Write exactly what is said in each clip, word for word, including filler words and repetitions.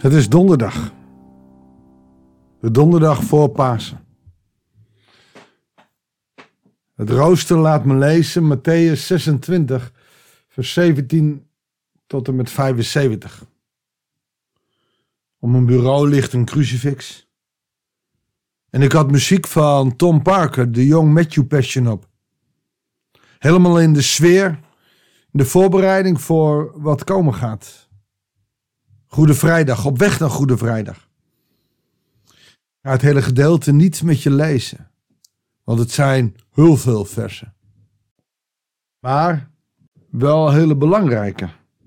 Het is donderdag. De donderdag voor Pasen. Het rooster laat me lezen Mattheüs zesentwintig, vers zeventien tot en met vijfenzeventig. Op mijn bureau ligt een crucifix. En ik had muziek van Tom Parker, de Young Matthew Passion op. Helemaal in de sfeer, in de voorbereiding voor wat komen gaat. Goede Vrijdag, op weg naar Goede Vrijdag. Ga het hele gedeelte niet met je lezen, want het zijn heel veel versen. Maar wel hele belangrijke.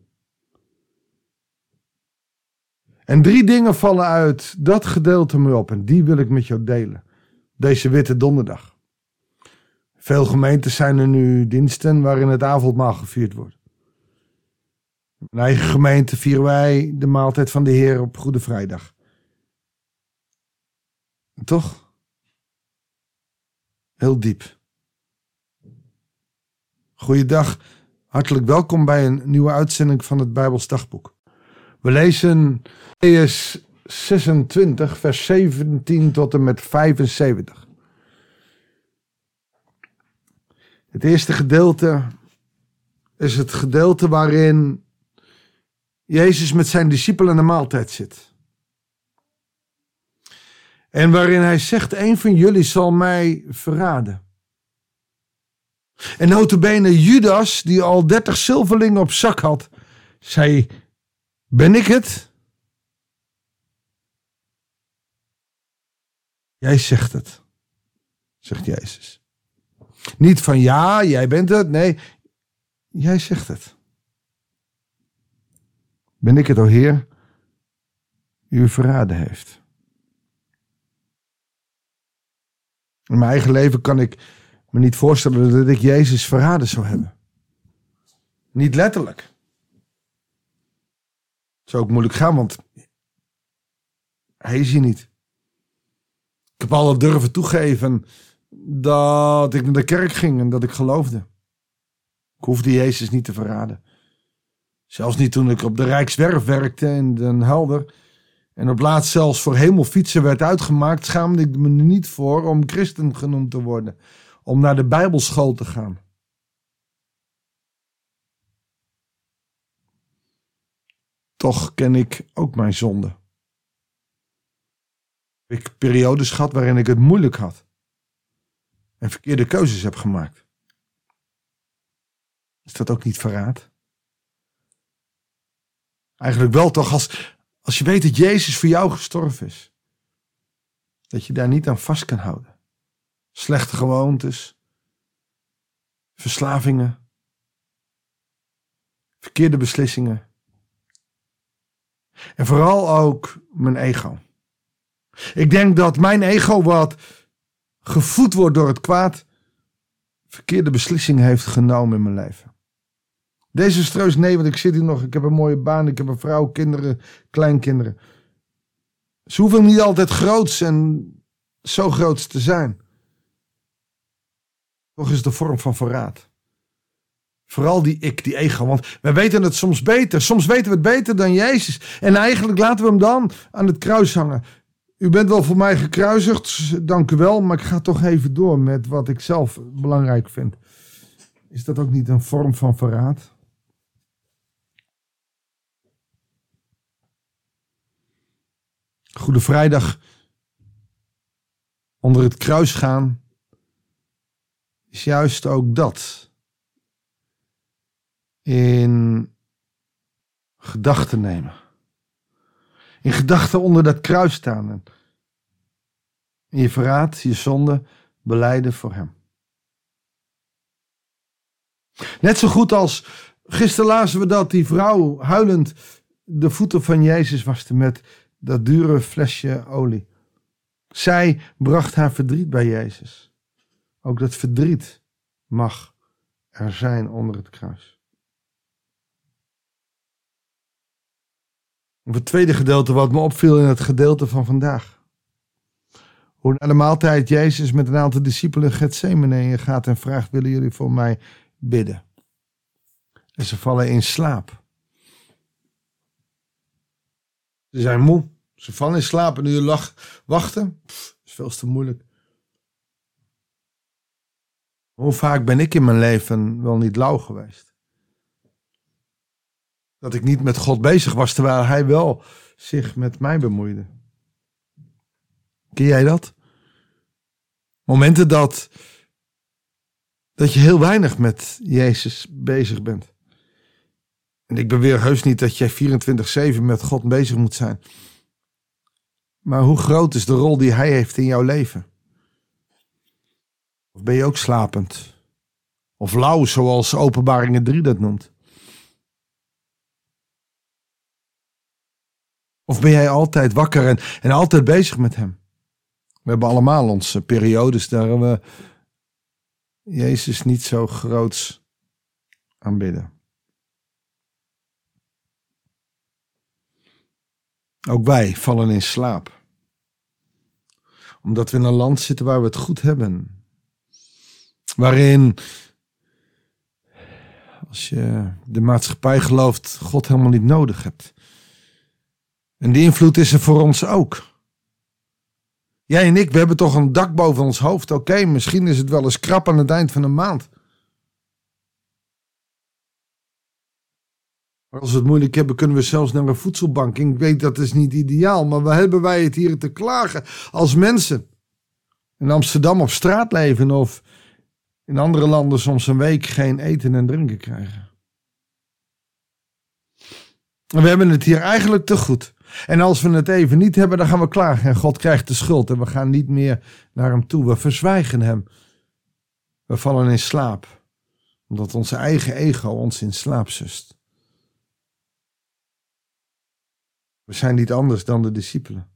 En drie dingen vallen uit dat gedeelte me op en die wil ik met jou delen. Deze witte donderdag. Veel gemeentes zijn er nu diensten waarin het avondmaal gevierd wordt. In mijn eigen gemeente vieren wij de maaltijd van de Heer op Goede Vrijdag. Toch? Heel diep. Goeiedag, hartelijk welkom bij een nieuwe uitzending van het Bijbels Dagboek. We lezen Mattheüs zesentwintig, vers zeventien tot en met vijfenzeventig. Het eerste gedeelte is het gedeelte waarin Jezus met zijn discipelen aan de maaltijd zit. En waarin hij zegt, een van jullie zal mij verraden. En nota bene Judas, die al dertig zilverlingen op zak had, zei, ben ik het? Jij zegt het, zegt Jezus. Niet van ja, jij bent het, nee, jij zegt het. Ben ik het, o Heer, die u verraden heeft? In mijn eigen leven kan ik me niet voorstellen dat ik Jezus verraden zou hebben. Niet letterlijk. Het zou ook moeilijk gaan, want hij is hier niet. Ik heb al durven toegeven dat ik naar de kerk ging en dat ik geloofde. Ik hoefde Jezus niet te verraden. Zelfs niet toen ik op de Rijkswerf werkte in Den Helder en op laatst zelfs voor hemelfietsen werd uitgemaakt, schaamde ik me er niet voor om christen genoemd te worden, om naar de Bijbelschool te gaan. Toch ken ik ook mijn zonde. Ik heb periodes gehad waarin ik het moeilijk had en verkeerde keuzes heb gemaakt. Is dat ook niet verraad? Eigenlijk wel toch, als, als je weet dat Jezus voor jou gestorven is. Dat je daar niet aan vast kan houden. Slechte gewoontes. Verslavingen. Verkeerde beslissingen. En vooral ook mijn ego. Ik denk dat mijn ego, wat gevoed wordt door het kwaad, verkeerde beslissingen heeft genomen in mijn leven. Deze streus, nee, want ik zit hier nog, ik heb een mooie baan, ik heb een vrouw, kinderen, kleinkinderen. Ze hoeven niet altijd groots en zo groots te zijn. Toch is het een vorm van verraad. Vooral die ik, die ego, want wij weten het soms beter. Soms weten we het beter dan Jezus. En eigenlijk laten we hem dan aan het kruis hangen. U bent wel voor mij gekruisigd, dank u wel, maar ik ga toch even door met wat ik zelf belangrijk vind. Is dat ook niet een vorm van verraad? Goede Vrijdag onder het kruis gaan is juist ook dat. In gedachten nemen. In gedachten onder dat kruis staan. En je verraad, je zonde belijden voor hem. Net zo goed als gisteren lazen we dat die vrouw huilend de voeten van Jezus waste met dat dure flesje olie. Zij bracht haar verdriet bij Jezus. Ook dat verdriet mag er zijn onder het kruis. Of het tweede gedeelte wat me opviel in het gedeelte van vandaag. Hoe na de maaltijd Jezus met een aantal discipelen Getsemane gaat en vraagt, willen jullie voor mij bidden? En ze vallen in slaap. Ze zijn moe. Ze vallen in slaap en nu lach, wachten. Pff, is veel te moeilijk. Hoe vaak ben ik in mijn leven wel niet lauw geweest? Dat ik niet met God bezig was, terwijl hij wel zich met mij bemoeide. Ken jij dat? Momenten dat, dat je heel weinig met Jezus bezig bent. En ik beweer heus niet dat jij vierentwintig zeven met God bezig moet zijn. Maar hoe groot is de rol die hij heeft in jouw leven? Of ben je ook slapend? Of lauw, zoals Openbaringen drie dat noemt? Of ben jij altijd wakker en, en altijd bezig met hem? We hebben allemaal onze periodes daar we Jezus niet zo groots aanbidden. Ook wij vallen in slaap. Omdat we in een land zitten waar we het goed hebben. Waarin, als je de maatschappij gelooft, God helemaal niet nodig hebt. En die invloed is er voor ons ook. Jij en ik, we hebben toch een dak boven ons hoofd. Oké, okay, misschien is het wel eens krap aan het eind van de maand. Maar als we het moeilijk hebben, kunnen we zelfs naar een voedselbank. Ik weet dat is niet ideaal, maar waar hebben wij het hier te klagen als mensen? In Amsterdam op straat leven of in andere landen soms een week geen eten en drinken krijgen. En we hebben het hier eigenlijk te goed. En als we het even niet hebben, dan gaan we klagen. En God krijgt de schuld en we gaan niet meer naar hem toe. We verzwijgen hem. We vallen in slaap. Omdat onze eigen ego ons in slaap zust. We zijn niet anders dan de discipelen.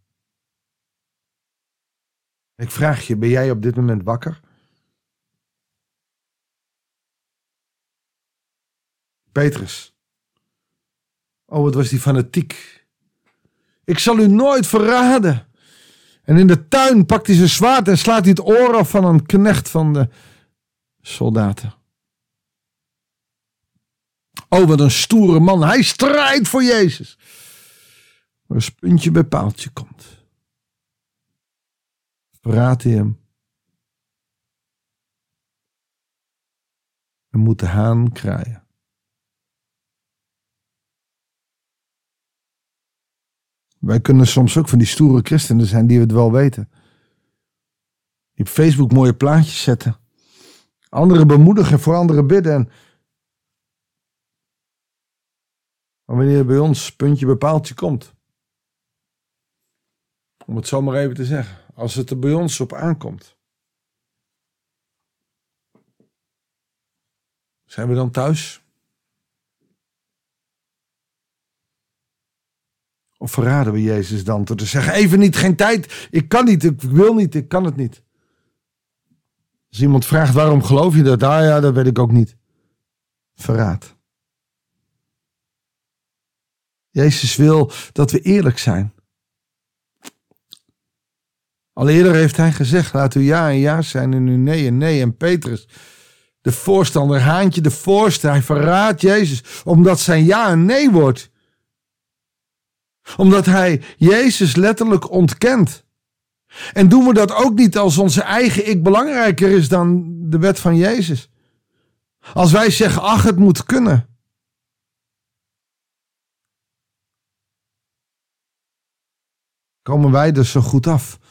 Ik vraag je, ben jij op dit moment wakker? Petrus. Oh, wat was die fanatiek. Ik zal u nooit verraden. En in de tuin pakt hij zijn zwaard en slaat hij het oor af van een knecht van de soldaten. Oh, wat een stoere man. Hij strijdt voor Jezus. Maar als puntje bij paaltje komt, verraadt hij hem. En moet de haan kraaien. Wij kunnen soms ook van die stoere christenen zijn die we het wel weten. Die op Facebook mooie plaatjes zetten. Anderen bemoedigen, voor anderen bidden. En maar wanneer bij ons puntje bij paaltje komt. Om het zo maar even te zeggen. Als het er bij ons op aankomt. Zijn we dan thuis? Of verraden we Jezus dan door te zeggen, even niet, geen tijd, ik kan niet, ik wil niet, ik kan het niet. Als iemand vraagt, waarom geloof je dat? Ah ja, dat weet ik ook niet. Verraad. Jezus wil dat we eerlijk zijn. Al eerder heeft hij gezegd, laat uw ja en ja zijn en uw nee en nee. En Petrus, de voorstander, haantje de voorste, hij verraadt Jezus, omdat zijn ja een nee wordt. Omdat hij Jezus letterlijk ontkent. En doen we dat ook niet als onze eigen ik belangrijker is dan de wet van Jezus? Als wij zeggen, ach, het moet kunnen. Komen wij dus zo goed af?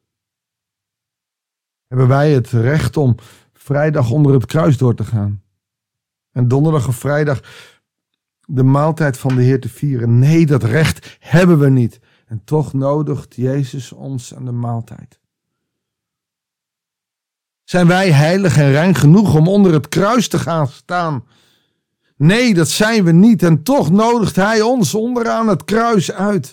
Hebben wij het recht om vrijdag onder het kruis door te gaan? En donderdag of vrijdag de maaltijd van de Heer te vieren? Nee, dat recht hebben we niet. En toch nodigt Jezus ons aan de maaltijd. Zijn wij heilig en rein genoeg om onder het kruis te gaan staan? Nee, dat zijn we niet. En toch nodigt Hij ons onderaan het kruis uit.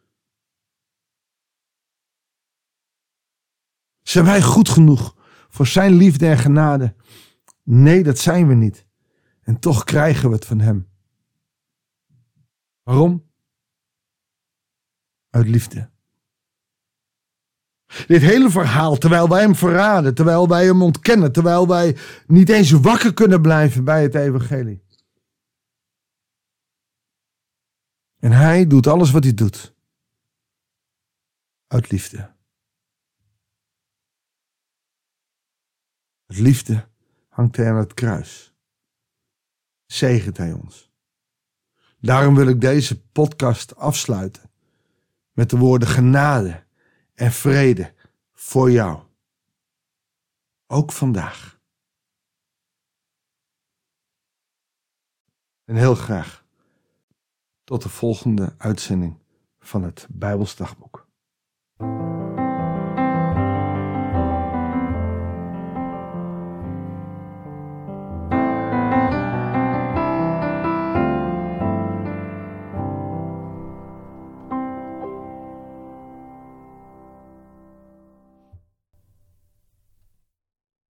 Zijn wij goed genoeg voor zijn liefde en genade? Nee, dat zijn we niet. En toch krijgen we het van Hem. Waarom? Uit liefde. Dit hele verhaal, terwijl wij hem verraden, terwijl wij hem ontkennen, terwijl wij niet eens wakker kunnen blijven bij het evangelie. En hij doet alles wat hij doet. uit liefde. Uit liefde hangt hij aan het kruis. Zegent hij ons. Daarom wil ik deze podcast afsluiten met de woorden genade en vrede voor jou. Ook vandaag. En heel graag tot de volgende uitzending van het Bijbels Dagboek.